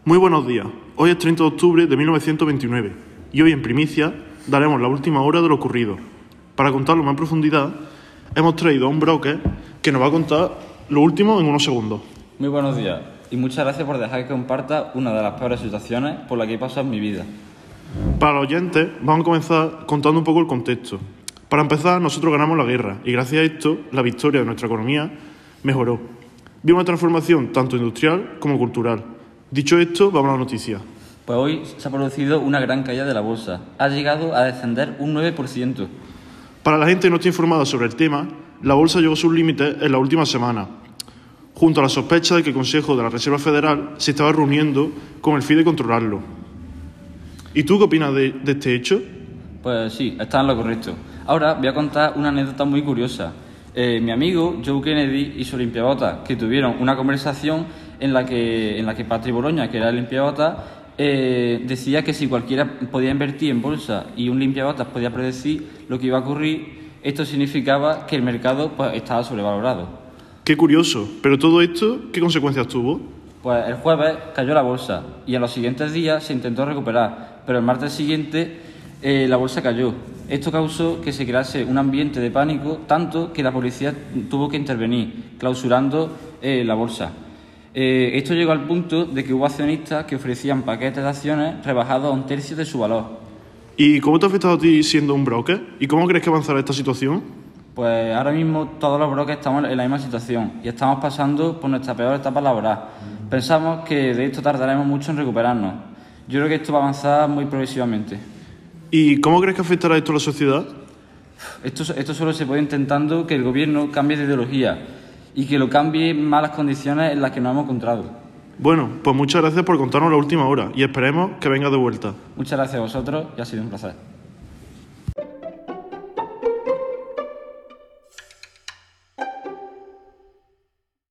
Muy buenos días. Hoy es 30 de octubre de 1929 y hoy en primicia daremos la última hora de lo ocurrido. Para contarlo más en profundidad, hemos traído a un broker que nos va a contar lo último en unos segundos. Muy buenos días y muchas gracias por dejar que comparta una de las peores situaciones por las que he pasado en mi vida. Para los oyentes, vamos a comenzar contando un poco el contexto. Para empezar, nosotros ganamos la guerra y gracias a esto, la victoria de nuestra economía mejoró. Vimos una transformación tanto industrial como cultural. Dicho esto, vamos a la noticia. Pues hoy se ha producido una gran caída de la bolsa. Ha llegado a descender un 9%. Para la gente que no está informada sobre el tema, la bolsa llegó a sus límites en la última semana, junto a la sospecha de que el Consejo de la Reserva Federal se estaba reuniendo con el fin de controlarlo. ¿Y tú qué opinas de este hecho? Pues sí, está en lo correcto. Ahora voy a contar una anécdota muy curiosa. Mi amigo Joe Kennedy y su limpiabotas, que tuvieron una conversación en la que Patrick Boroña, que era el limpiabotas, decía que si cualquiera podía invertir en bolsa y un limpiabotas podía predecir lo que iba a ocurrir, esto significaba que el mercado pues, estaba sobrevalorado. Qué curioso, pero todo esto, ¿qué consecuencias tuvo? Pues el jueves cayó la bolsa y en los siguientes días se intentó recuperar, pero el martes siguiente la bolsa cayó. Esto causó que se crease un ambiente de pánico, tanto que la policía tuvo que intervenir, clausurando la bolsa. Esto llegó al punto de que hubo accionistas que ofrecían paquetes de acciones rebajados a 1/3 de su valor. ¿Y cómo te ha afectado a ti siendo un broker? ¿Y cómo crees que avanzará esta situación? Pues ahora mismo todos los brokers estamos en la misma situación y estamos pasando por nuestra peor etapa laboral. Pensamos que de esto tardaremos mucho en recuperarnos. Yo creo que esto va a avanzar muy progresivamente. ¿Y cómo crees que afectará esto a la sociedad? Esto solo se puede intentando que el gobierno cambie de ideología y que lo cambie en malas condiciones en las que nos hemos encontrado. Bueno, pues muchas gracias por contarnos la última hora y esperemos que venga de vuelta. Muchas gracias a vosotros y ha sido un placer.